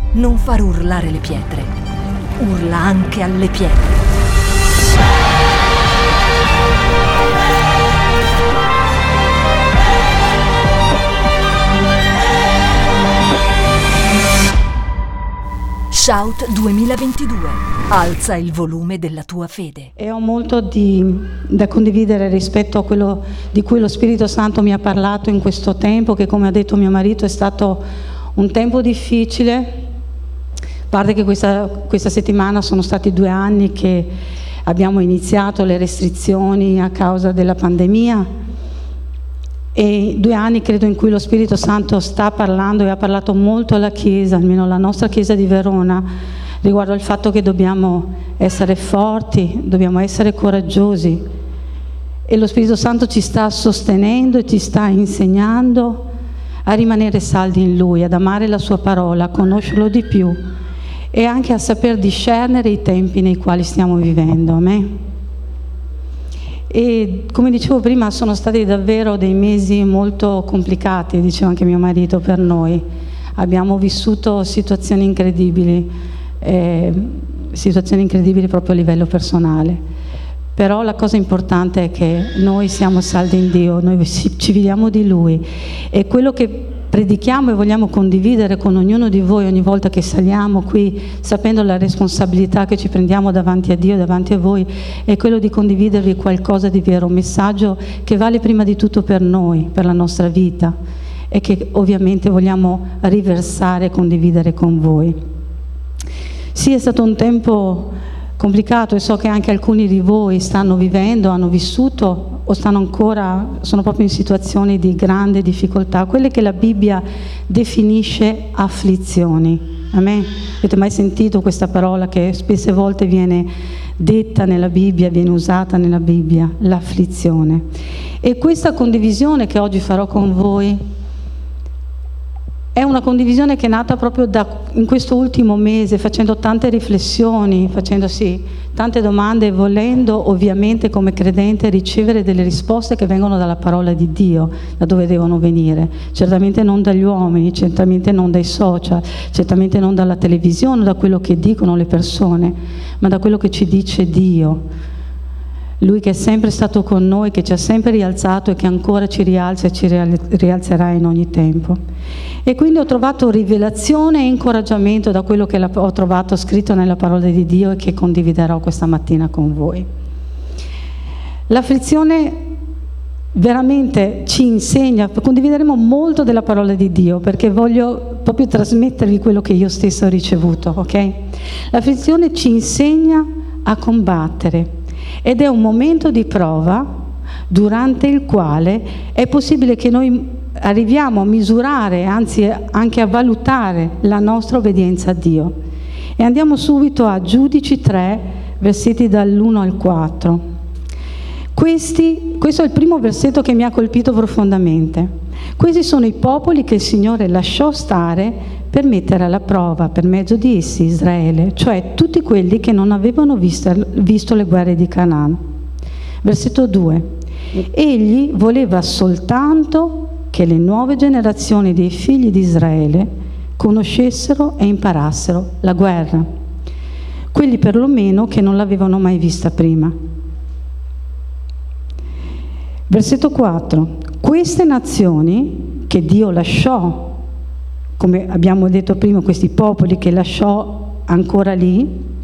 non far urlare le pietre, urla anche alle pietre. Shout 2022. Alza il volume della tua fede. E ho molto da condividere rispetto a quello di cui lo Spirito Santo mi ha parlato in questo tempo, che, come ha detto mio marito, è stato un tempo difficile. A parte che questa settimana sono stati 2 anni che abbiamo iniziato le restrizioni a causa della pandemia, e 2 anni credo in cui lo Spirito Santo sta parlando e ha parlato molto alla Chiesa, almeno la nostra Chiesa di Verona, riguardo al fatto che dobbiamo essere forti, dobbiamo essere coraggiosi, e lo Spirito Santo ci sta sostenendo e ci sta insegnando a rimanere saldi in Lui, ad amare la Sua parola, a conoscerlo di più e anche a saper discernere i tempi nei quali stiamo vivendo. Amen. E come dicevo prima, sono stati davvero dei mesi molto complicati, diceva anche mio marito, per noi. Abbiamo vissuto situazioni incredibili proprio a livello personale. Però la cosa importante è che noi siamo saldi in Dio, noi ci fidiamo di Lui, e quello che predichiamo e vogliamo condividere con ognuno di voi ogni volta che saliamo qui, sapendo la responsabilità che ci prendiamo davanti a Dio e davanti a voi, è quello di condividervi qualcosa di vero, un messaggio che vale prima di tutto per noi, per la nostra vita, e che ovviamente vogliamo riversare e condividere con voi. Sì, è stato un tempo complicato, e so che anche alcuni di voi stanno vivendo, hanno vissuto o sono proprio in situazioni di grande difficoltà, quelle che la Bibbia definisce afflizioni. Amen? Avete mai sentito questa parola che spesse volte viene detta nella Bibbia, viene usata nella Bibbia? L'afflizione. E questa condivisione che oggi farò con voi è una condivisione che è nata proprio in questo ultimo mese, facendo tante riflessioni, facendosi tante domande e volendo ovviamente come credente ricevere delle risposte che vengono dalla parola di Dio, da dove devono venire. Certamente non dagli uomini, certamente non dai social, certamente non dalla televisione, da quello che dicono le persone, ma da quello che ci dice Dio. Lui che è sempre stato con noi, che ci ha sempre rialzato e che ancora ci rialza e ci rialzerà in ogni tempo. E quindi ho trovato rivelazione e incoraggiamento da quello che ho trovato scritto nella parola di Dio e che condividerò questa mattina con voi. L'afflizione veramente ci insegna, condivideremo molto della parola di Dio perché voglio proprio trasmettervi quello che io stesso ho ricevuto, ok? L'afflizione ci insegna a combattere. Ed è un momento di prova durante il quale è possibile che noi arriviamo a misurare, anzi anche a valutare la nostra obbedienza a Dio. E andiamo subito a Giudici 3, versetti dall'1 al 4. Questo è il primo versetto che mi ha colpito profondamente. Questi sono i popoli che il Signore lasciò stare per mettere alla prova per mezzo di essi Israele, cioè tutti quelli che non avevano visto le guerre di Canaan. Versetto 2. Egli voleva soltanto che le nuove generazioni dei figli di Israele conoscessero e imparassero la guerra, quelli perlomeno che non l'avevano mai vista prima. Versetto 4. Queste nazioni che Dio lasciò, come abbiamo detto prima, questi popoli che lasciò ancora lì,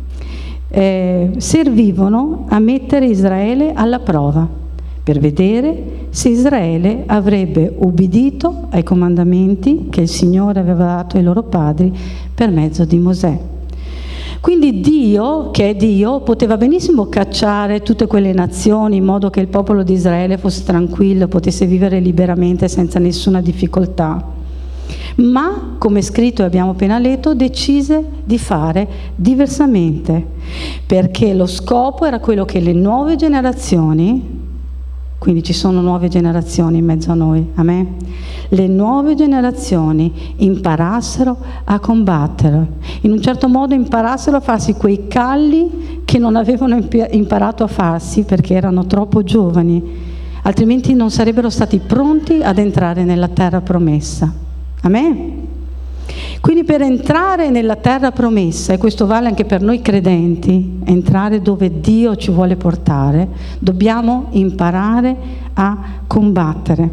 servivano a mettere Israele alla prova, per vedere se Israele avrebbe ubbidito ai comandamenti che il Signore aveva dato ai loro padri per mezzo di Mosè. Quindi Dio, che è Dio, poteva benissimo cacciare tutte quelle nazioni in modo che il popolo di Israele fosse tranquillo, potesse vivere liberamente senza nessuna difficoltà. Ma, come è scritto e abbiamo appena letto, decise di fare diversamente, perché lo scopo era quello che le nuove generazioni, quindi ci sono nuove generazioni in mezzo a noi, amen? Le nuove generazioni imparassero a combattere, in un certo modo imparassero a farsi quei calli che non avevano imparato a farsi perché erano troppo giovani, altrimenti non sarebbero stati pronti ad entrare nella terra promessa. Amen? Quindi per entrare nella terra promessa, e questo vale anche per noi credenti, entrare dove Dio ci vuole portare, dobbiamo imparare a combattere.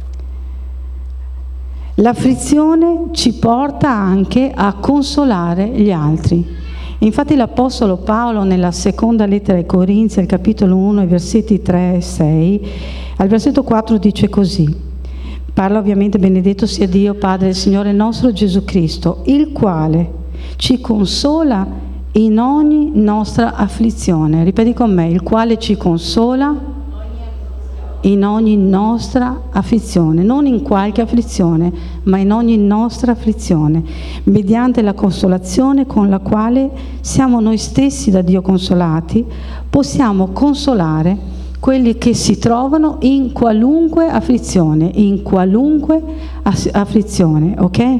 L'afflizione ci porta anche a consolare gli altri. Infatti l'Apostolo Paolo nella seconda lettera ai Corinzi, al capitolo 1, i versetti 3 e 6, al versetto 4 dice così, parla ovviamente: benedetto sia Dio Padre del Signore nostro Gesù Cristo, il quale ci consola in ogni nostra afflizione. Ripeti con me: il quale ci consola in ogni nostra afflizione, non in qualche afflizione, ma in ogni nostra afflizione, mediante la consolazione con la quale siamo noi stessi da Dio consolati, possiamo consolare quelli che si trovano in qualunque afflizione, ok?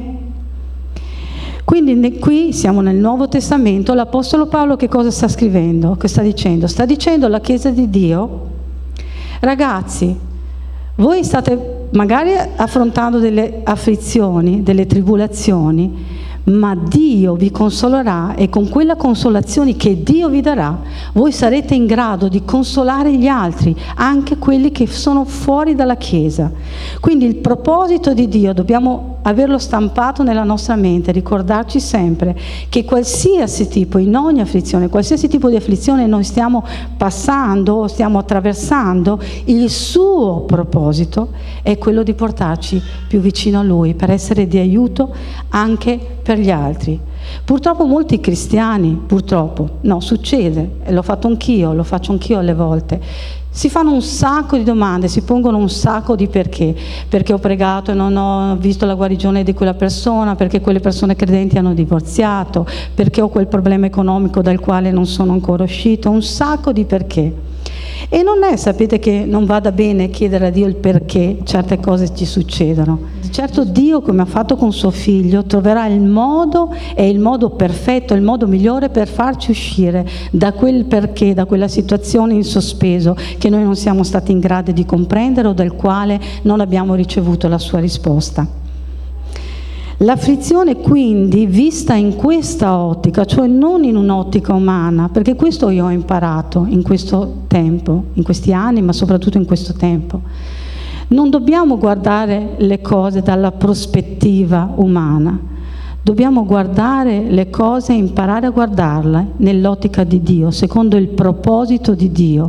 Quindi qui siamo nel Nuovo Testamento. L'Apostolo Paolo che cosa sta scrivendo? Che sta dicendo? Sta dicendo alla Chiesa di Dio: ragazzi, voi state magari affrontando delle afflizioni, delle tribolazioni, ma Dio vi consolerà, e con quella consolazione che Dio vi darà, voi sarete in grado di consolare gli altri, anche quelli che sono fuori dalla Chiesa. Quindi il proposito di Dio dobbiamo averlo stampato nella nostra mente, ricordarci sempre che qualsiasi tipo, in ogni afflizione, qualsiasi tipo di afflizione noi stiamo passando, stiamo attraversando, il suo proposito è quello di portarci più vicino a Lui, per essere di aiuto anche per gli altri. Purtroppo molti cristiani, succede, e l'ho fatto anch'io, lo faccio anch'io alle volte, si fanno un sacco di domande, si pongono un sacco di perché ho pregato e non ho visto la guarigione di quella persona, perché quelle persone credenti hanno divorziato, perché ho quel problema economico dal quale non sono ancora uscito, un sacco di perché. E non è, sapete, che non vada bene chiedere a Dio il perché certe cose ci succedono. Certo, Dio, come ha fatto con suo figlio, troverà il modo, e il modo perfetto, il modo migliore per farci uscire da quel perché, da quella situazione in sospeso che noi non siamo stati in grado di comprendere o del quale non abbiamo ricevuto la sua risposta. L'afflizione quindi vista in questa ottica, cioè non in un'ottica umana, perché questo io ho imparato in questo tempo, in questi anni, ma soprattutto in questo tempo. Non dobbiamo guardare le cose dalla prospettiva umana, dobbiamo guardare le cose e imparare a guardarle nell'ottica di Dio, secondo il proposito di Dio.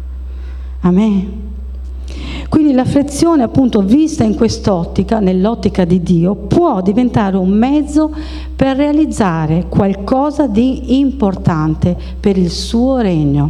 Amen. Quindi l'afflizione, appunto, vista in quest'ottica, nell'ottica di Dio, può diventare un mezzo per realizzare qualcosa di importante per il suo regno.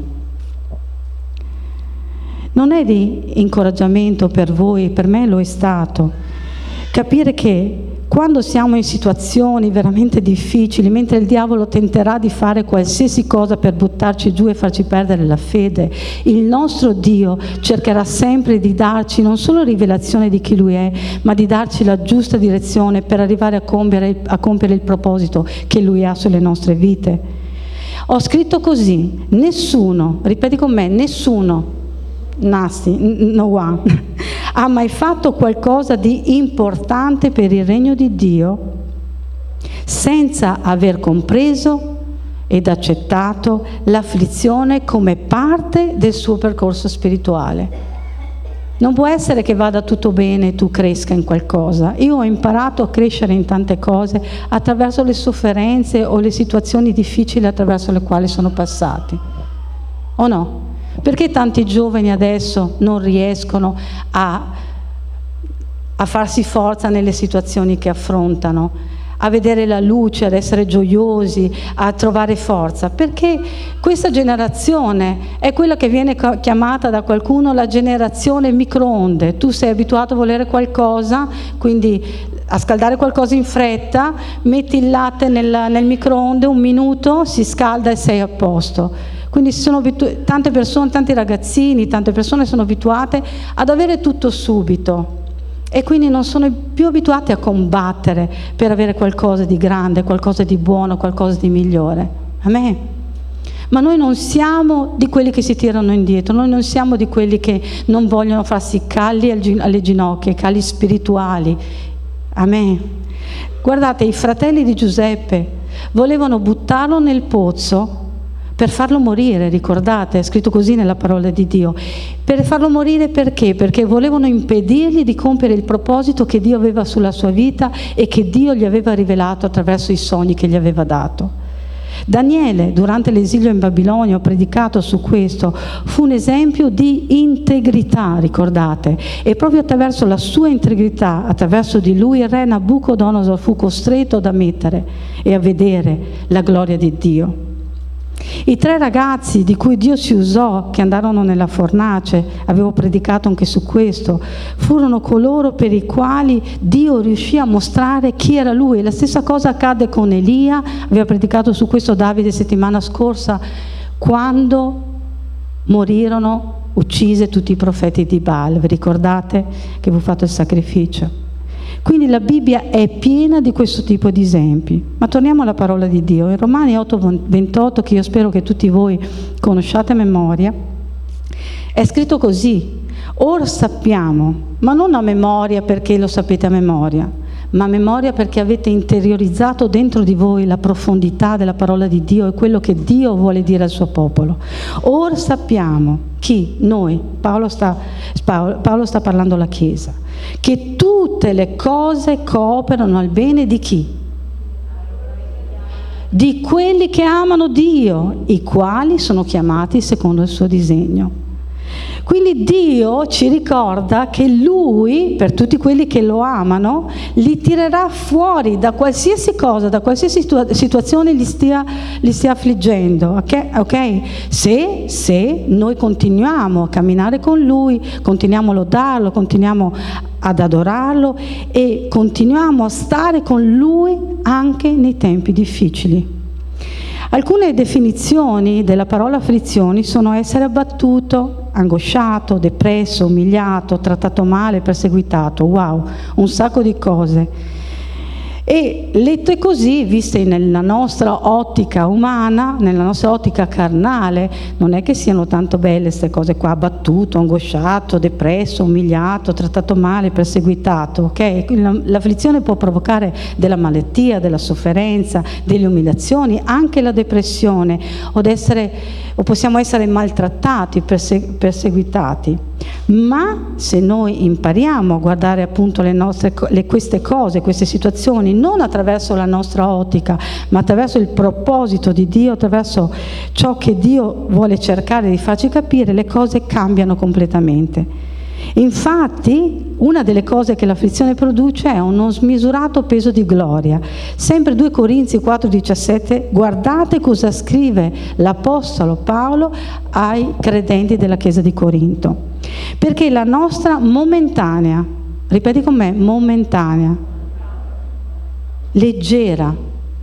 Non è di incoraggiamento per voi, per me lo è stato, capire che quando siamo in situazioni veramente difficili, mentre il diavolo tenterà di fare qualsiasi cosa per buttarci giù e farci perdere la fede, il nostro Dio cercherà sempre di darci non solo rivelazione di chi Lui è, ma di darci la giusta direzione per arrivare a compiere il proposito che Lui ha sulle nostre vite. Ho scritto così: nessuno, ripeti con me, nessuno, no one, ha mai fatto qualcosa di importante per il regno di Dio senza aver compreso ed accettato l'afflizione come parte del suo percorso spirituale. Non può essere che vada tutto bene e tu cresca in qualcosa. Io ho imparato a crescere in tante cose attraverso le sofferenze o le situazioni difficili attraverso le quali sono passati. O no? Perché tanti giovani adesso non riescono a farsi forza nelle situazioni che affrontano, a vedere la luce, ad essere gioiosi, a trovare forza? Perché questa generazione è quella che viene chiamata da qualcuno la generazione microonde. Tu sei abituato a volere qualcosa, quindi a scaldare qualcosa in fretta, metti il latte nel microonde, 1 minuto, si scalda e sei a posto. Quindi tante persone, tanti ragazzini, tante persone sono abituate ad avere tutto subito e quindi non sono più abituati a combattere per avere qualcosa di grande, qualcosa di buono, qualcosa di migliore. Amen. Ma noi non siamo di quelli che si tirano indietro, noi non siamo di quelli che non vogliono farsi calli alle ginocchia, calli spirituali. Amen. Guardate, i fratelli di Giuseppe volevano buttarlo nel pozzo per farlo morire, ricordate? È scritto così nella parola di Dio. Per farlo morire perché? Perché volevano impedirgli di compiere il proposito che Dio aveva sulla sua vita e che Dio gli aveva rivelato attraverso i sogni che gli aveva dato. Daniele, durante l'esilio in Babilonia, ho predicato su questo, fu un esempio di integrità, ricordate? E proprio attraverso la sua integrità, attraverso di lui, il re Nabucodonosor fu costretto ad ammettere e a vedere la gloria di Dio. I 3 ragazzi di cui Dio si usò, che andarono nella fornace, avevo predicato anche su questo, furono coloro per i quali Dio riuscì a mostrare chi era Lui. La stessa cosa accadde con Elia, aveva predicato su questo Davide settimana scorsa, quando morirono uccise tutti i profeti di Baal. Vi ricordate che fu fatto il sacrificio? Quindi la Bibbia è piena di questo tipo di esempi. Ma torniamo alla parola di Dio. In Romani 8:28, che io spero che tutti voi conosciate a memoria, è scritto così: ora sappiamo, ma non a memoria perché lo sapete a memoria, ma a memoria perché avete interiorizzato dentro di voi la profondità della parola di Dio e quello che Dio vuole dire al suo popolo. Ora sappiamo, chi? Noi. Paolo sta parlando alla Chiesa, che tutte le cose cooperano al bene di chi? Di quelli che amano Dio, i quali sono chiamati secondo il suo disegno. Quindi Dio ci ricorda che Lui, per tutti quelli che lo amano, li tirerà fuori da qualsiasi cosa, da qualsiasi situazione li stia affliggendo. Ok? Se noi continuiamo a camminare con Lui, continuiamo a lodarlo, continuiamo ad adorarlo e continuiamo a stare con Lui anche nei tempi difficili. Alcune definizioni della parola afflizioni sono essere abbattuto, angosciato, depresso, umiliato, trattato male, perseguitato. Wow, un sacco di cose. E lette così, viste nella nostra ottica umana, nella nostra ottica carnale, non è che siano tanto belle queste cose qua: abbattuto, angosciato, depresso, umiliato, trattato male, perseguitato. Ok? L'afflizione può provocare della malattia, della sofferenza, delle umiliazioni, anche la depressione, o possiamo essere maltrattati, perseguitati. Ma se noi impariamo a guardare appunto queste cose, queste situazioni, non attraverso la nostra ottica, ma attraverso il proposito di Dio, attraverso ciò che Dio vuole cercare di farci capire, le cose cambiano completamente. Infatti, una delle cose che l'afflizione produce è uno smisurato peso di gloria. Sempre 2 Corinzi 4,17, guardate cosa scrive l'Apostolo Paolo ai credenti della Chiesa di Corinto. Perché la nostra momentanea, ripeti con me, momentanea, leggera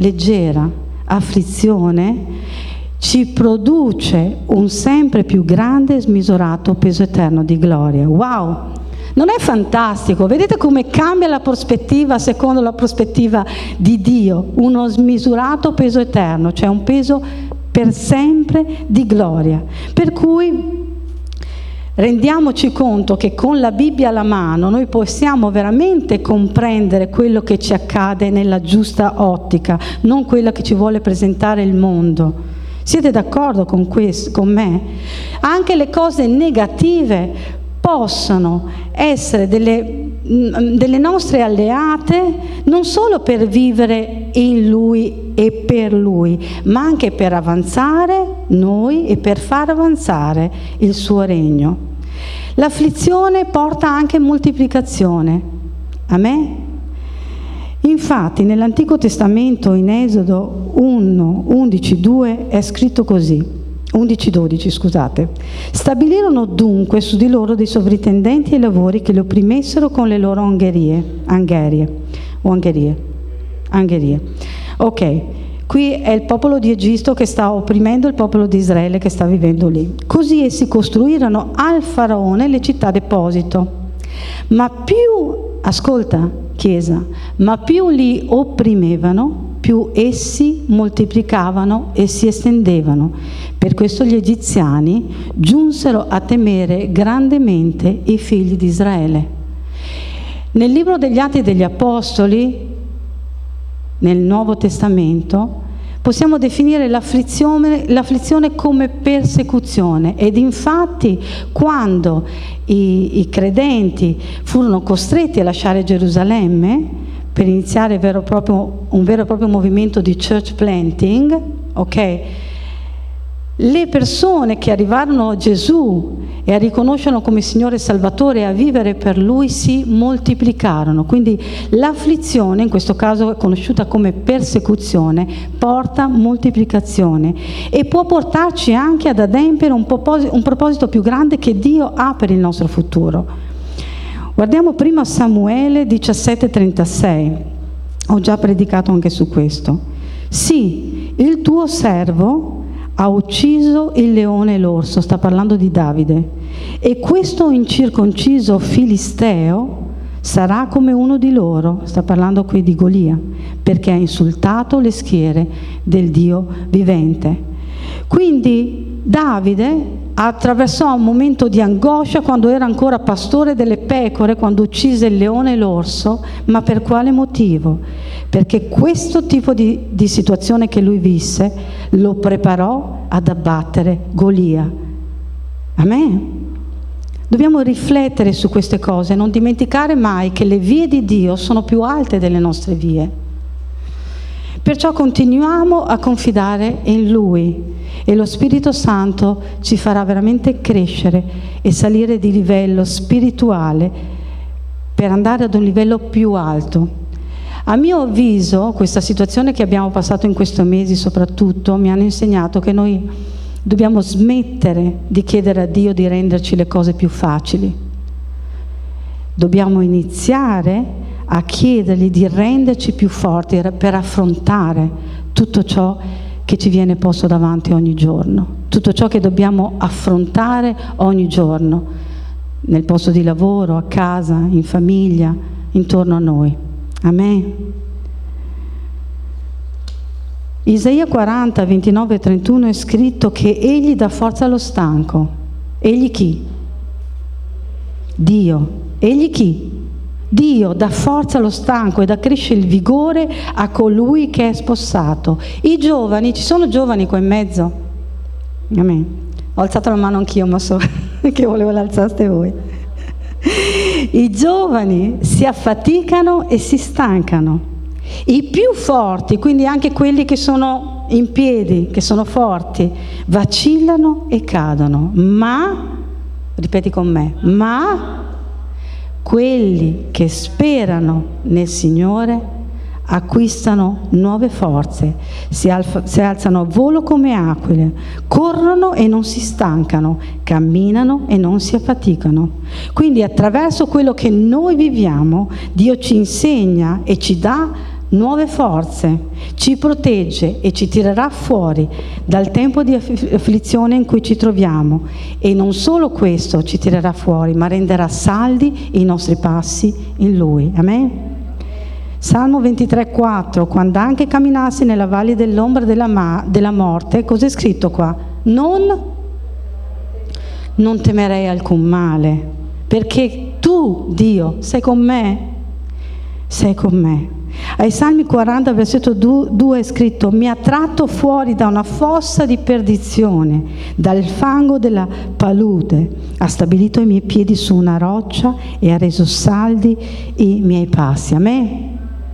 afflizione ci produce un sempre più grande e smisurato peso eterno di gloria. Wow! Non è fantastico? Vedete come cambia la prospettiva secondo la prospettiva di Dio? Uno smisurato peso eterno, cioè un peso per sempre di gloria. Per cui rendiamoci conto che con la Bibbia alla mano noi possiamo veramente comprendere quello che ci accade nella giusta ottica, non quella che ci vuole presentare il mondo. Siete d'accordo con questo, con me? Anche le cose negative possono essere delle nostre alleate, non solo per vivere in Lui e per Lui, ma anche per avanzare noi e per far avanzare il suo regno. L'afflizione porta anche moltiplicazione. Amen? Infatti nell'Antico Testamento, in Esodo 1:11-2, è scritto così, 11:12, scusate: stabilirono dunque su di loro dei sovrintendenti ai lavori che li opprimessero con le loro angherie. Ok, qui è il popolo di Egitto che sta opprimendo il popolo di Israele che sta vivendo lì. Così essi costruirono al faraone le città deposito. Ma più, ascolta Chiesa, ma più li opprimevano, più essi moltiplicavano e si estendevano. Per questo gli egiziani giunsero a temere grandemente i figli di Israele. Nel libro degli Atti degli Apostoli nel Nuovo Testamento, possiamo definire l'afflizione come persecuzione. Ed infatti quando i credenti furono costretti a lasciare Gerusalemme per iniziare un vero e proprio movimento di church planting, ok? Le persone che arrivarono a Gesù e a riconoscerlo come Signore e Salvatore e a vivere per Lui si moltiplicarono. Quindi l'afflizione, in questo caso conosciuta come persecuzione, porta moltiplicazione e può portarci anche ad adempiere un proposito più grande che Dio ha per il nostro futuro. Guardiamo prima Samuele 17,36. Ho già predicato anche su questo. Sì, il tuo servo ha ucciso il leone e l'orso, sta parlando di Davide, e questo incirconciso filisteo sarà come uno di loro, sta parlando qui di Golia, perché ha insultato le schiere del Dio vivente. Quindi Davide attraversò un momento di angoscia quando era ancora pastore delle pecore, quando uccise il leone e l'orso, ma per quale motivo? Perché questo tipo di situazione che lui visse lo preparò ad abbattere Golia. Amen. Dobbiamo riflettere su queste cose, non dimenticare mai che le vie di Dio sono più alte delle nostre vie. Perciò continuiamo a confidare in Lui e lo Spirito Santo ci farà veramente crescere e salire di livello spirituale per andare ad un livello più alto. A mio avviso, questa situazione che abbiamo passato in questi mesi soprattutto mi hanno insegnato che noi dobbiamo smettere di chiedere a Dio di renderci le cose più facili. Dobbiamo iniziare a chiedergli di renderci più forti per affrontare tutto ciò che ci viene posto davanti ogni giorno, tutto ciò che dobbiamo affrontare ogni giorno, nel posto di lavoro, a casa, in famiglia, intorno a noi. Amen. Isaia 40, 29 e 31 è scritto che Egli dà forza allo stanco. Egli chi? Dio. Egli chi? Dio dà forza allo stanco ed accresce il vigore a colui che è spossato. I giovani, ci sono giovani qua in mezzo? Amen. Ho alzato la mano anch'io, ma so che volevo l'alzaste voi. I giovani si affaticano e si stancano. I più forti, quindi anche quelli che sono in piedi, che sono forti, vacillano e cadono. Ma, ripeti con me, ma quelli che sperano nel Signore acquistano nuove forze, si alzano a volo come aquile, corrono e non si stancano, camminano e non si affaticano. Quindi attraverso quello che noi viviamo, Dio ci insegna e ci dà nuove forze, ci protegge e ci tirerà fuori dal tempo di afflizione in cui ci troviamo, e non solo questo ci tirerà fuori, ma renderà saldi i nostri passi in Lui. Amen. Salmo 23,4: quando anche camminassi nella valle dell'ombra della morte, cos'è scritto qua? Non temerei alcun male, perché tu, Dio, sei con me. Sei con me. Ai Salmi 40, versetto 2 è scritto: mi ha tratto fuori da una fossa di perdizione, dal fango della palude, ha stabilito i miei piedi su una roccia e ha reso saldi i miei passi. A me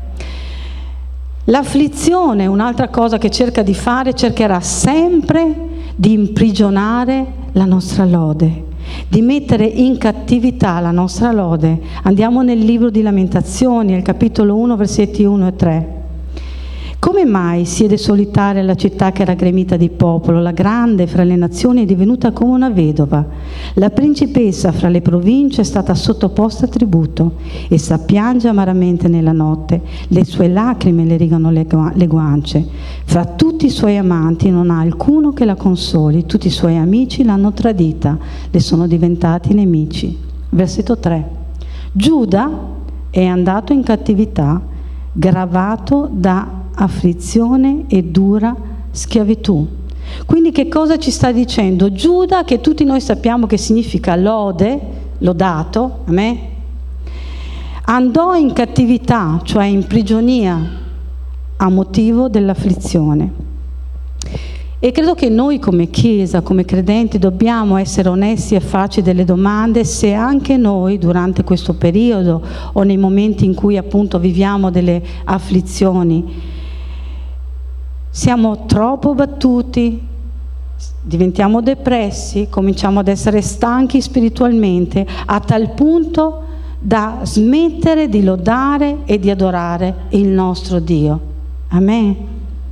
l'afflizione, un'altra cosa che cerca di fare, cercherà sempre di imprigionare la nostra lode, di mettere in cattività la nostra lode. Andiamo nel libro di Lamentazioni, al capitolo 1, versetti 1 e 3. Come mai siede solitaria la città che era gremita di popolo? La grande fra le nazioni è divenuta come una vedova. La principessa fra le province è stata sottoposta a tributo. Essa piange amaramente nella notte, le sue lacrime le rigano le guance. Fra tutti i suoi amanti non ha alcuno che la consoli, tutti i suoi amici l'hanno tradita, le sono diventati nemici. Versetto 3. Giuda è andato in cattività, gravato da afflizione e dura schiavitù. Quindi che cosa ci sta dicendo? Giuda, che tutti noi sappiamo che significa lode, lodato, a me, andò in cattività, cioè in prigionia, a motivo dell'afflizione. E credo che noi come Chiesa, come credenti, dobbiamo essere onesti e farci delle domande se anche noi durante questo periodo o nei momenti in cui appunto viviamo delle afflizioni siamo troppo battuti, diventiamo depressi, cominciamo ad essere stanchi spiritualmente a tal punto da smettere di lodare e di adorare il nostro Dio. Amen.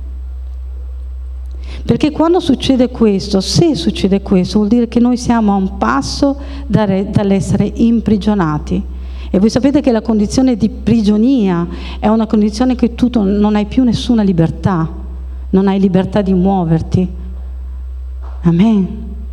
Perché quando succede questo, se succede questo, vuol dire che noi siamo a un passo dall'essere imprigionati. E voi sapete che la condizione di prigionia è una condizione che tu non hai più nessuna libertà, non hai libertà di muoverti. Amen.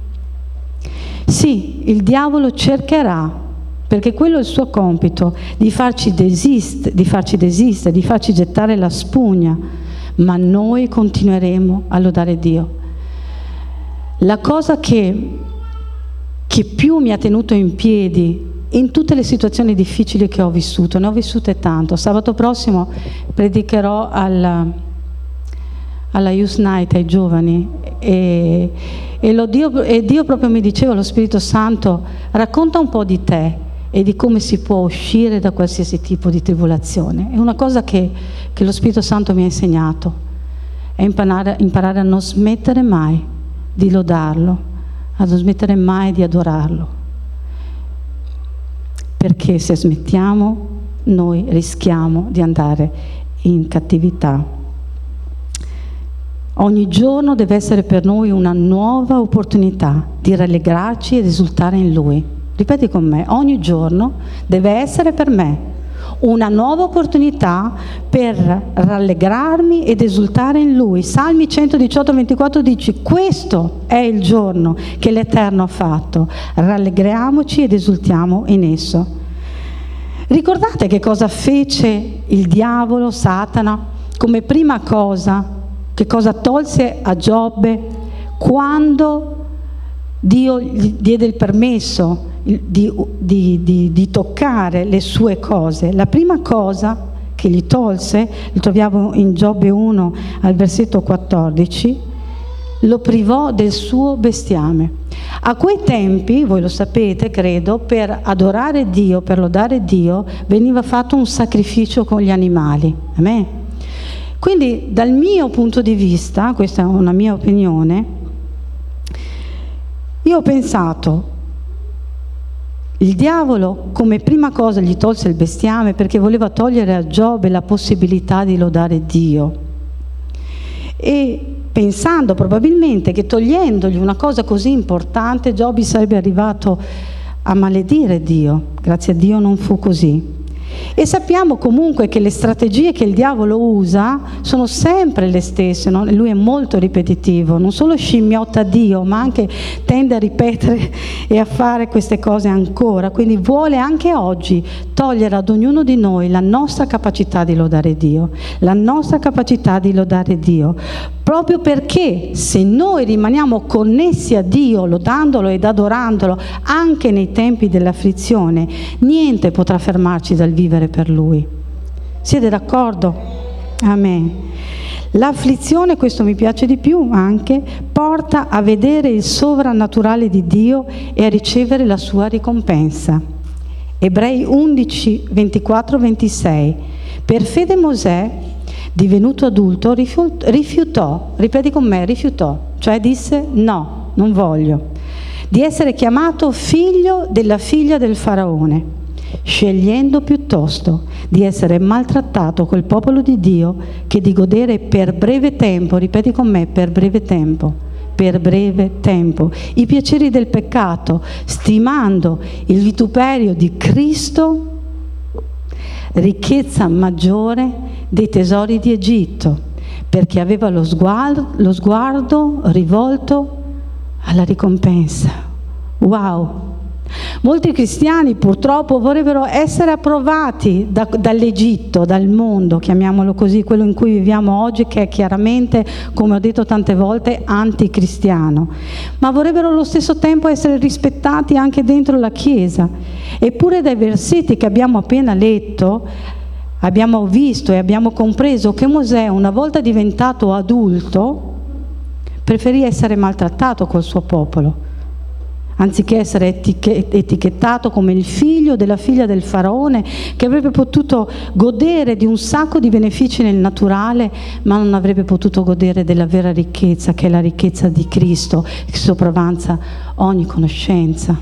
Sì, il diavolo cercherà, perché quello è il suo compito, di farci desistere, di farci gettare la spugna, ma noi continueremo a lodare Dio. La cosa che più mi ha tenuto in piedi in tutte le situazioni difficili che ho vissuto, ne ho vissute tanto. Sabato prossimo predicherò alla Youth Night ai giovani e Dio proprio mi diceva, lo Spirito Santo, racconta un po' di te e di come si può uscire da qualsiasi tipo di tribolazione. È una cosa che lo Spirito Santo mi ha insegnato, è imparare a non smettere mai di lodarlo, a non smettere mai di adorarlo, perché se smettiamo noi rischiamo di andare in cattività. Ogni giorno deve essere per noi una nuova opportunità di rallegrarci ed esultare in Lui. Ripeti con me, ogni giorno deve essere per me una nuova opportunità per rallegrarmi ed esultare in Lui. Salmi 118:24 dice: questo è il giorno che l'Eterno ha fatto, rallegriamoci ed esultiamo in esso. Ricordate che cosa fece il diavolo, Satana, come prima cosa, che cosa tolse a Giobbe quando Dio gli diede il permesso di toccare le sue cose? La prima cosa che gli tolse, lo troviamo in Giobbe 1 al versetto 14, lo privò del suo bestiame. A quei tempi, voi lo sapete, credo, per adorare Dio, per lodare Dio, veniva fatto un sacrificio con gli animali. Amen. Quindi dal mio punto di vista, questa è una mia opinione, io ho pensato, il diavolo come prima cosa gli tolse il bestiame perché voleva togliere a Giobbe la possibilità di lodare Dio, e pensando probabilmente che togliendogli una cosa così importante Giobbe sarebbe arrivato a maledire Dio. Grazie a Dio non fu così. E sappiamo comunque che le strategie che il diavolo usa sono sempre le stesse, no? Lui è molto ripetitivo, non solo scimmiotta Dio, ma anche tende a ripetere e a fare queste cose ancora. Quindi vuole anche oggi togliere ad ognuno di noi la nostra capacità di lodare Dio, la nostra capacità di lodare Dio, proprio perché se noi rimaniamo connessi a Dio, lodandolo ed adorandolo anche nei tempi dell'afflizione, niente potrà fermarci dal vivere per Lui. Siete d'accordo? Amen. L'afflizione, questo mi piace di più anche, porta a vedere il sovrannaturale di Dio e a ricevere la sua ricompensa. Ebrei 11, 24-26. Per fede Mosè, divenuto adulto, rifiutò, ripeti con me, rifiutò, cioè disse no, non voglio, di essere chiamato figlio della figlia del faraone, scegliendo piuttosto di essere maltrattato col popolo di Dio che di godere per breve tempo, ripeti con me, per breve tempo, i piaceri del peccato, stimando il vituperio di Cristo ricchezza maggiore dei tesori di Egitto, perché aveva lo sguardo rivolto alla ricompensa. Wow! Molti cristiani purtroppo vorrebbero essere approvati dall'Egitto, dal mondo, chiamiamolo così, quello in cui viviamo oggi, che è chiaramente, come ho detto tante volte, anticristiano, ma vorrebbero allo stesso tempo essere rispettati anche dentro la Chiesa. Eppure dai versetti che abbiamo appena letto abbiamo visto e abbiamo compreso che Mosè, una volta diventato adulto, preferì essere maltrattato col suo popolo, anziché essere etichettato come il figlio della figlia del faraone, che avrebbe potuto godere di un sacco di benefici nel naturale, ma non avrebbe potuto godere della vera ricchezza, che è la ricchezza di Cristo, che sopravanza ogni conoscenza.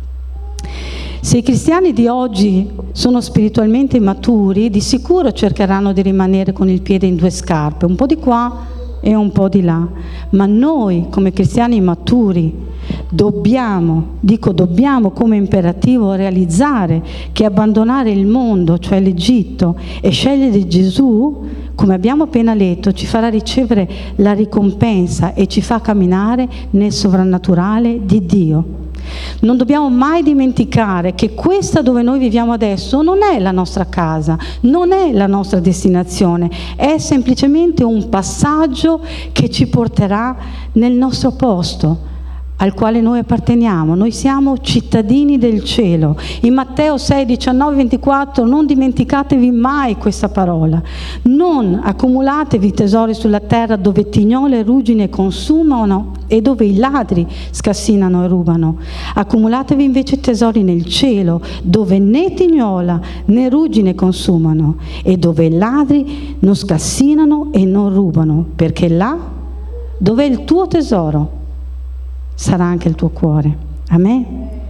Se i cristiani di oggi sono spiritualmente immaturi, di sicuro cercheranno di rimanere con il piede in due scarpe, un po' di qua e un po' di là, ma noi come cristiani maturi dobbiamo come imperativo realizzare che abbandonare il mondo, cioè l'Egitto, e scegliere Gesù, come abbiamo appena letto, ci farà ricevere la ricompensa e ci fa camminare nel sovrannaturale di Dio. Non dobbiamo mai dimenticare che questa dove noi viviamo adesso non è la nostra casa, non è la nostra destinazione, è semplicemente un passaggio che ci porterà nel nostro posto al quale noi apparteniamo. Noi siamo cittadini del cielo. In Matteo 6, 19, 24 non dimenticatevi mai questa parola. Non accumulatevi tesori sulla terra dove tignole e ruggine consumano e dove i ladri scassinano e rubano. Accumulatevi invece tesori nel cielo dove né tignola né ruggine consumano e dove i ladri non scassinano e non rubano, perché là dove è il tuo tesoro sarà anche il tuo cuore. Amen?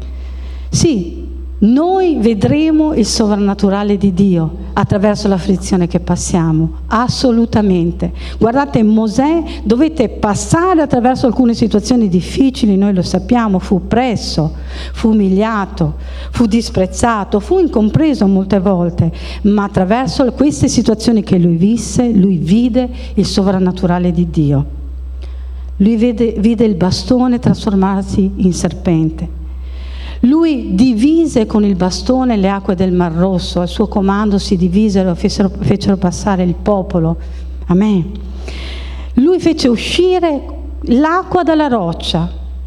Sì, noi vedremo il sovrannaturale di Dio attraverso l'afflizione che passiamo, assolutamente. Guardate, Mosè dovette passare attraverso alcune situazioni difficili, noi lo sappiamo, fu oppresso, fu umiliato, fu disprezzato, fu incompreso molte volte, ma attraverso queste situazioni che lui visse, lui vide il sovrannaturale di Dio. Lui vide il bastone trasformarsi in serpente. Lui divise con il bastone le acque del Mar Rosso, al suo comando si divisero e fecero passare il popolo. Amen. Lui fece uscire l'acqua dalla roccia.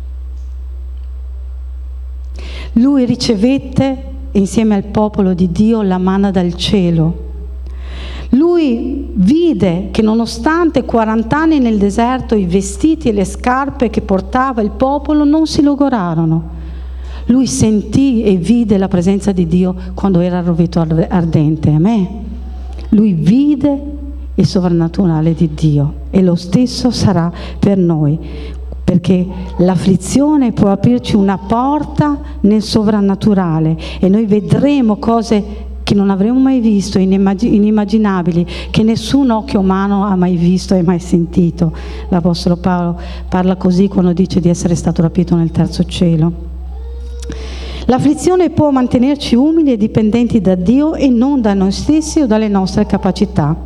Lui ricevette insieme al popolo di Dio la manna dal cielo. Lui vide che nonostante 40 anni nel deserto i vestiti e le scarpe che portava il popolo non si logorarono. Lui sentì e vide la presenza di Dio quando era al roveto ardente. Amen. Lui vide il sovrannaturale di Dio e lo stesso sarà per noi, perché l'afflizione può aprirci una porta nel sovrannaturale e noi vedremo cose che non avremo mai visto, inimmaginabili, che nessun occhio umano ha mai visto e mai sentito. L'Apostolo Paolo parla così quando dice di essere stato rapito nel terzo cielo. L'afflizione può mantenerci umili e dipendenti da Dio e non da noi stessi o dalle nostre capacità.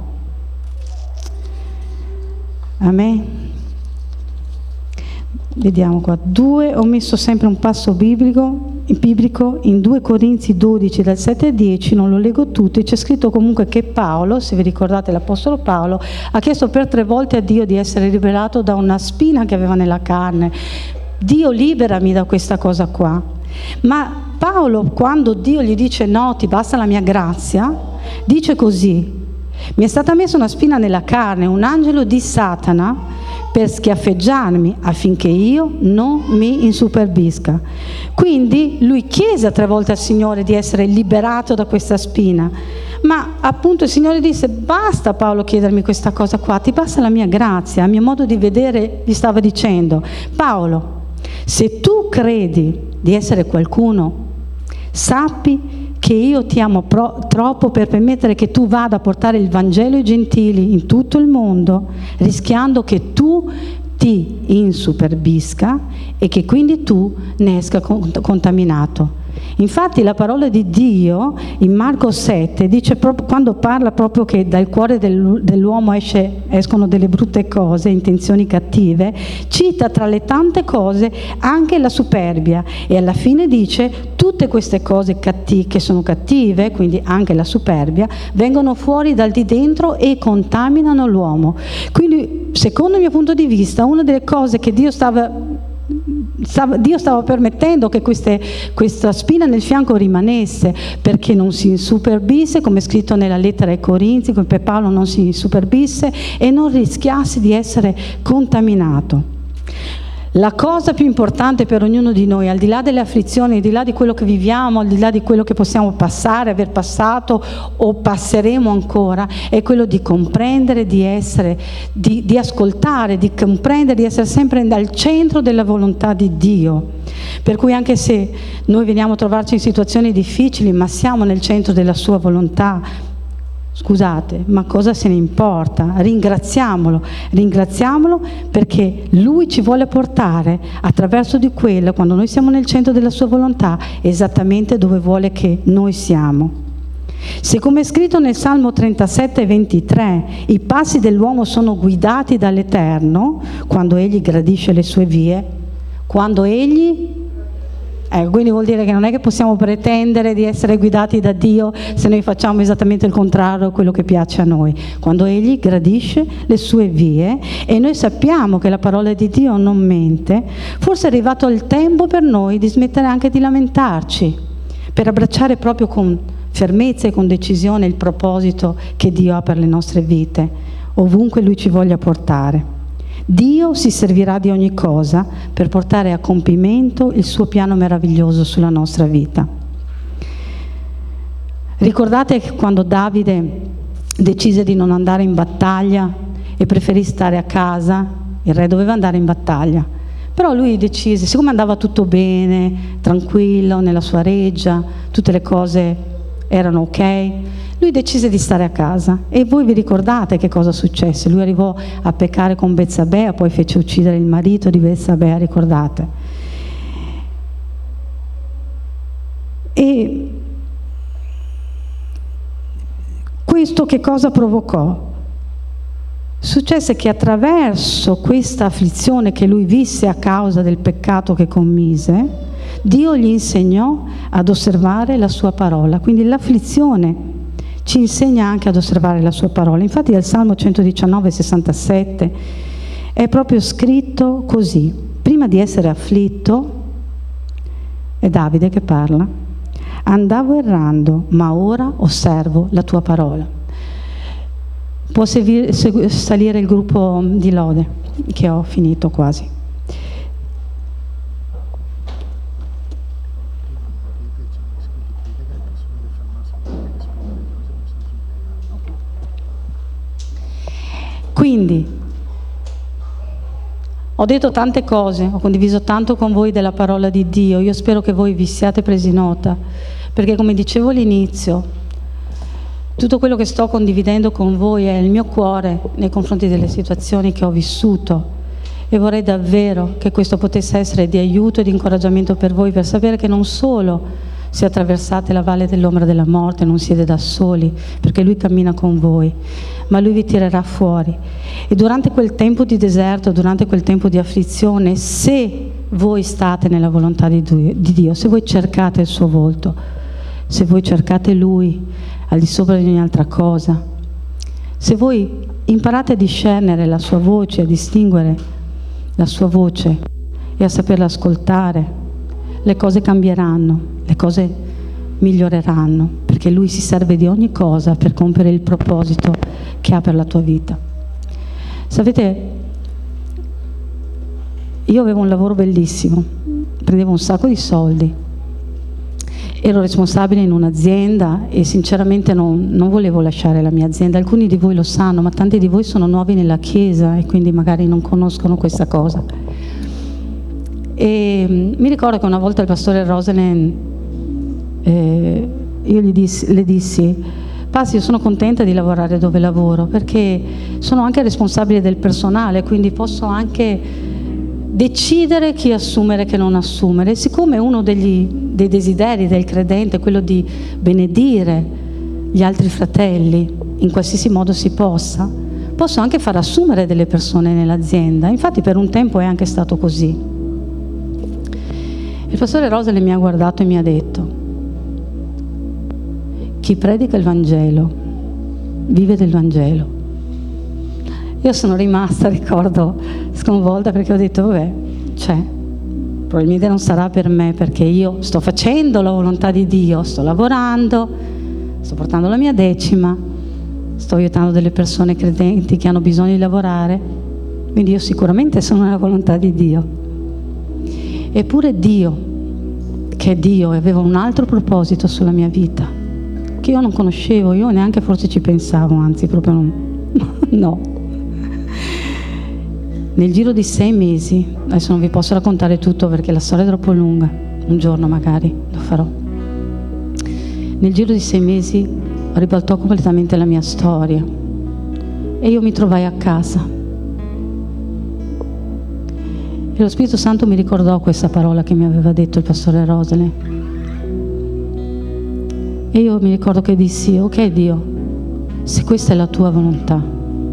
Amen. Vediamo qua, ho messo sempre un passo biblico in 2 Corinzi 12 dal 7 al 10, non lo leggo tutto, c'è scritto comunque che Paolo, se vi ricordate l'Apostolo Paolo, ha chiesto per 3 volte a Dio di essere liberato da una spina che aveva nella carne. Dio, liberami da questa cosa qua. Ma Paolo, quando Dio gli dice no, ti basta la mia grazia, dice così: mi è stata messa una spina nella carne, un angelo di Satana, per schiaffeggiarmi affinché io non mi insuperbisca. Quindi lui chiese 3 volte al Signore di essere liberato da questa spina, ma appunto il Signore disse: basta Paolo chiedermi questa cosa qua, ti basta la mia grazia. A mio modo di vedere gli stava dicendo: Paolo, se tu credi di essere qualcuno, sappi che io ti amo troppo per permettere che tu vada a portare il Vangelo ai gentili in tutto il mondo, rischiando che tu ti insuperbisca e che quindi tu ne esca contaminato. Infatti la parola di Dio in Marco 7 dice, quando parla proprio che dal cuore dell'uomo escono delle brutte cose, intenzioni cattive, cita tra le tante cose anche la superbia e alla fine dice tutte queste cose che sono cattive, quindi anche la superbia, vengono fuori dal di dentro e contaminano l'uomo. Quindi secondo il mio punto di vista una delle cose che Dio stava Dio stava permettendo che questa spina nel fianco rimanesse, perché non si insuperbisse, come è scritto nella lettera ai Corinzi, come Paolo non si insuperbisse e non rischiasse di essere contaminato. La cosa più importante per ognuno di noi, al di là delle afflizioni, al di là di quello che viviamo, al di là di quello che possiamo passare, aver passato o passeremo ancora, è quello di comprendere, di ascoltare, di comprendere, di essere sempre al centro della volontà di Dio. Per cui anche se noi veniamo a trovarci in situazioni difficili, ma siamo nel centro della sua volontà, scusate, ma cosa se ne importa? Ringraziamolo perché Lui ci vuole portare attraverso di quello, quando noi siamo nel centro della sua volontà, esattamente dove vuole che noi siamo. Se come è scritto nel Salmo 37,23, i passi dell'uomo sono guidati dall'Eterno, quando egli gradisce le sue vie, quando egli... quindi vuol dire che non è che possiamo pretendere di essere guidati da Dio se noi facciamo esattamente il contrario a quello che piace a noi. Quando Egli gradisce le sue vie, e noi sappiamo che la parola di Dio non mente, forse è arrivato il tempo per noi di smettere anche di lamentarci, per abbracciare proprio con fermezza e con decisione il proposito che Dio ha per le nostre vite, ovunque Lui ci voglia portare. Dio si servirà di ogni cosa per portare a compimento il suo piano meraviglioso sulla nostra vita. Ricordate che quando Davide decise di non andare in battaglia e preferì stare a casa, il re doveva andare in battaglia, però lui decise, siccome andava tutto bene, tranquillo, nella sua reggia, tutte le cose erano ok, lui decise di stare a casa. E voi vi ricordate che cosa successe? Lui arrivò a peccare con Betsabea, poi fece uccidere il marito di Betsabea, ricordate? E questo che cosa provocò? Successe che attraverso questa afflizione che lui visse a causa del peccato che commise, Dio gli insegnò ad osservare la sua parola. Quindi l'afflizione ci insegna anche ad osservare la sua parola. Infatti dal Salmo 119,67 è proprio scritto così: prima di essere afflitto, è Davide che parla, andavo errando, ma ora osservo la tua parola. Può salire il gruppo di lode, che ho finito quasi. Quindi, ho detto tante cose, ho condiviso tanto con voi della parola di Dio, io spero che voi vi siate presi nota, perché come dicevo all'inizio, tutto quello che sto condividendo con voi è il mio cuore nei confronti delle situazioni che ho vissuto, e vorrei davvero che questo potesse essere di aiuto e di incoraggiamento per voi, per sapere che non solo se attraversate la valle dell'ombra della morte non siete da soli, perché Lui cammina con voi, ma Lui vi tirerà fuori. E durante quel tempo di deserto, durante quel tempo di afflizione, se voi state nella volontà di Dio, se voi cercate il suo volto, se voi cercate Lui al di sopra di ogni altra cosa, se voi imparate a discernere la sua voce, a distinguere la sua voce e a saperla ascoltare, le cose cambieranno, le cose miglioreranno, perché Lui si serve di ogni cosa per compiere il proposito che ha per la tua vita. Sapete, io avevo un lavoro bellissimo, prendevo un sacco di soldi, ero responsabile in un'azienda e sinceramente non volevo lasciare la mia azienda. Alcuni di voi lo sanno, ma tanti di voi sono nuovi nella Chiesa e quindi magari non conoscono questa cosa. E mi ricordo che una volta il pastore Rosalind, io le dissi: Passi, io sono contenta di lavorare dove lavoro perché sono anche responsabile del personale, quindi posso anche decidere chi assumere e chi non assumere. E siccome uno dei desideri del credente è quello di benedire gli altri fratelli in qualsiasi modo si possa, posso anche far assumere delle persone nell'azienda. Infatti per un tempo è anche stato così. Il pastore Rosalind mi ha guardato e mi ha detto: chi predica il Vangelo vive del Vangelo. Io sono rimasta, ricordo, sconvolta, perché ho detto vabbè, probabilmente non sarà per me, perché io sto facendo la volontà di Dio, sto lavorando, sto portando la mia decima, sto aiutando delle persone credenti che hanno bisogno di lavorare, quindi io sicuramente sono nella volontà di Dio. Eppure Dio, che è Dio, aveva un altro proposito sulla mia vita, che io non conoscevo, io neanche forse ci pensavo, anzi proprio no. Nel giro di 6 mesi, adesso non vi posso raccontare tutto perché la storia è troppo lunga, un giorno magari lo farò. Nel giro di 6 mesi ribaltò completamente la mia storia e io mi trovai a casa. E lo Spirito Santo mi ricordò questa parola che mi aveva detto il pastore Rosele. E io mi ricordo che dissi: ok Dio, se questa è la tua volontà,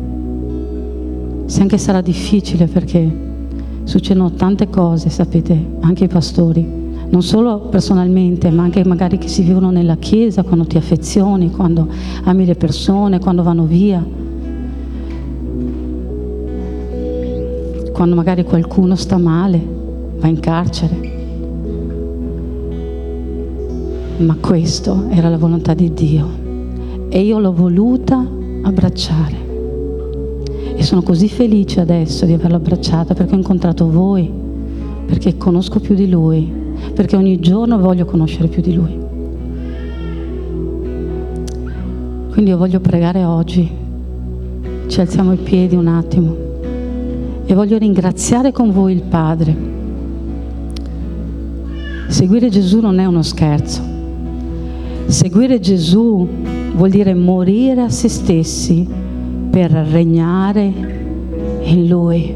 se anche sarà difficile, perché succedono tante cose, sapete, anche i pastori, non solo personalmente, ma anche magari che si vivono nella chiesa, quando ti affezioni, quando ami le persone, quando vanno via, quando magari qualcuno sta male, va in carcere. Ma questo era la volontà di Dio e io l'ho voluta abbracciare. E sono così felice adesso di averlo abbracciata, perché ho incontrato voi, perché conosco più di Lui, perché ogni giorno voglio conoscere più di Lui. Quindi io voglio pregare oggi, ci alziamo i piedi un attimo e voglio ringraziare con voi il Padre. Seguire Gesù non è uno scherzo. Seguire Gesù vuol dire morire a se stessi per regnare in Lui,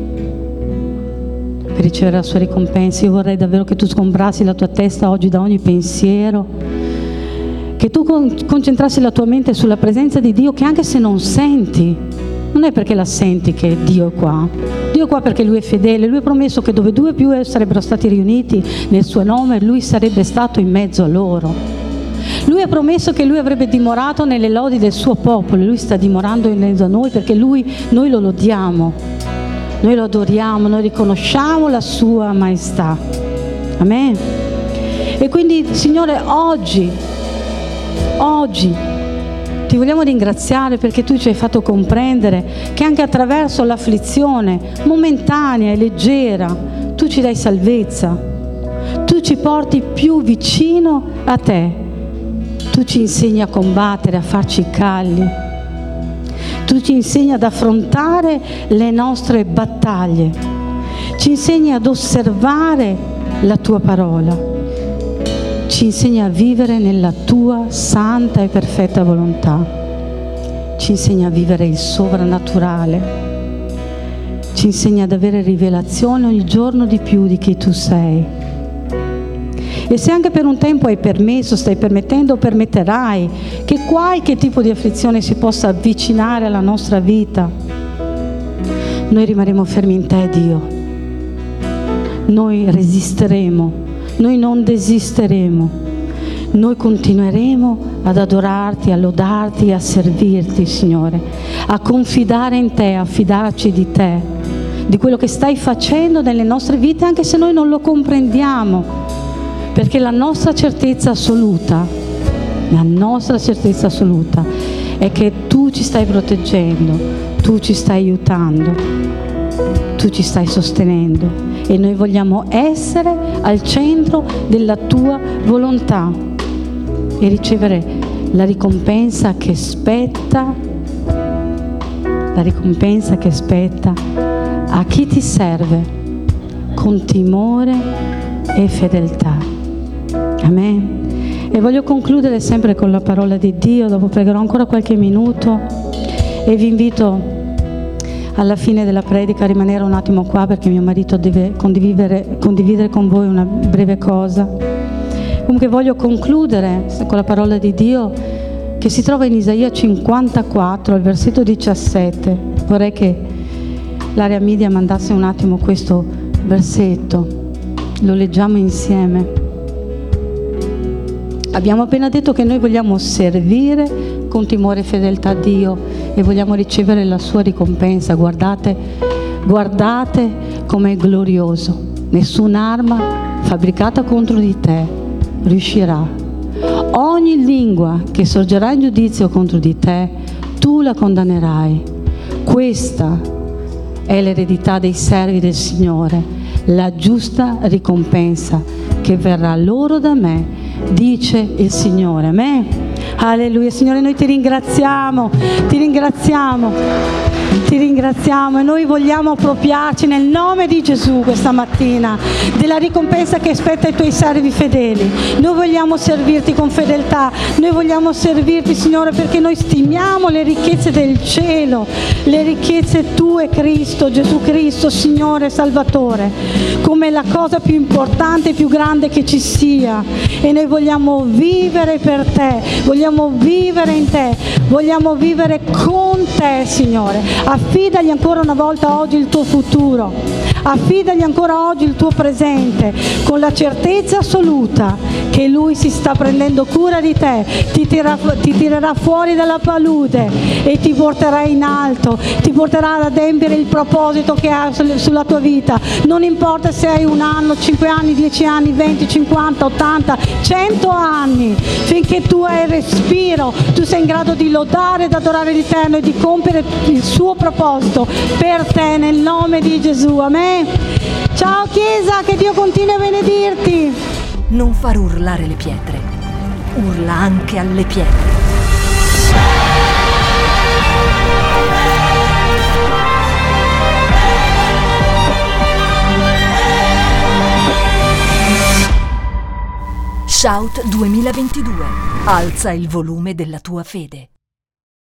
per ricevere la sua ricompensa. Io vorrei davvero che tu sgombrassi la tua testa oggi da ogni pensiero, che tu concentrassi la tua mente sulla presenza di Dio, che anche se non senti, non è perché la senti che Dio è qua. Dio è qua perché Lui è fedele. Lui ha promesso che dove 2 o più sarebbero stati riuniti nel suo nome, Lui sarebbe stato in mezzo a loro. Lui ha promesso che Lui avrebbe dimorato nelle lodi del suo popolo. Lui sta dimorando in mezzo a noi, perché noi lo lodiamo, noi lo adoriamo, noi riconosciamo la sua maestà. Amen. E quindi, Signore, oggi ti vogliamo ringraziare perché tu ci hai fatto comprendere che anche attraverso l'afflizione momentanea e leggera tu ci dai salvezza, tu ci porti più vicino a te. Tu ci insegni a combattere, a farci i calli. Tu ci insegni ad affrontare le nostre battaglie. Ci insegni ad osservare la tua parola. Ci insegni a vivere nella tua santa e perfetta volontà. Ci insegni a vivere il sovrannaturale. Ci insegni ad avere rivelazione ogni giorno di più di chi tu sei. E se anche per un tempo hai permesso, stai permettendo o permetterai che qualche tipo di afflizione si possa avvicinare alla nostra vita, noi rimarremo fermi in te, Dio. Noi resisteremo, noi non desisteremo, noi continueremo ad adorarti, a lodarti, a servirti, Signore, a confidare in te, a fidarci di te, di quello che stai facendo nelle nostre vite, anche se noi non lo comprendiamo. Perché la nostra certezza assoluta è che tu ci stai proteggendo, tu ci stai aiutando, tu ci stai sostenendo e noi vogliamo essere al centro della tua volontà e ricevere la ricompensa che spetta a chi ti serve con timore e fedeltà. Amen. E voglio concludere sempre con la parola di Dio, dopo pregherò ancora qualche minuto e vi invito alla fine della predica a rimanere un attimo qua, perché mio marito deve condividere con voi una breve cosa. Comunque voglio concludere con la parola di Dio che si trova in Isaia 54, al versetto 17. Vorrei che l'area media mandasse un attimo questo versetto, lo leggiamo insieme. Abbiamo appena detto che noi vogliamo servire con timore e fedeltà a Dio e vogliamo ricevere la sua ricompensa. Guardate com'è glorioso. nessun'arma fabbricata contro di te riuscirà. Ogni lingua che sorgerà in giudizio contro di te, tu la condannerai. Questa è l'eredità dei servi del Signore, la giusta ricompensa che verrà loro da me, dice il Signore. Amen. Alleluia. Signore, noi ti ringraziamo e noi vogliamo appropriarci nel nome di Gesù questa mattina della ricompensa che aspetta i tuoi servi fedeli. Noi vogliamo servirti con fedeltà, noi vogliamo servirti, Signore, perché noi stimiamo le ricchezze del cielo, le ricchezze tue, Cristo, Gesù Cristo, Signore Salvatore, come la cosa più importante e più grande che ci sia. E noi vogliamo vivere per te, vogliamo vivere in te, vogliamo vivere con te, Signore. Affidagli ancora una volta oggi il tuo futuro, affidagli ancora oggi il tuo presente, con la certezza assoluta che Lui si sta prendendo cura di te, ti tirerà fuori dalla palude e ti porterà in alto, ti porterà ad adempiere il proposito che ha sulla tua vita. Non importa se hai 1 anno, 5 anni, 10 anni, 20, 50, 80, 100 anni, finché tu hai respiro, tu sei in grado di lodare ed adorare l'Eterno e di compiere il suo proposito per te nel nome di Gesù. Amen. Ciao Chiesa, che Dio continui a benedirti. Non far urlare le pietre, urla anche alle pietre. Shout 2022. Alza il volume della tua fede.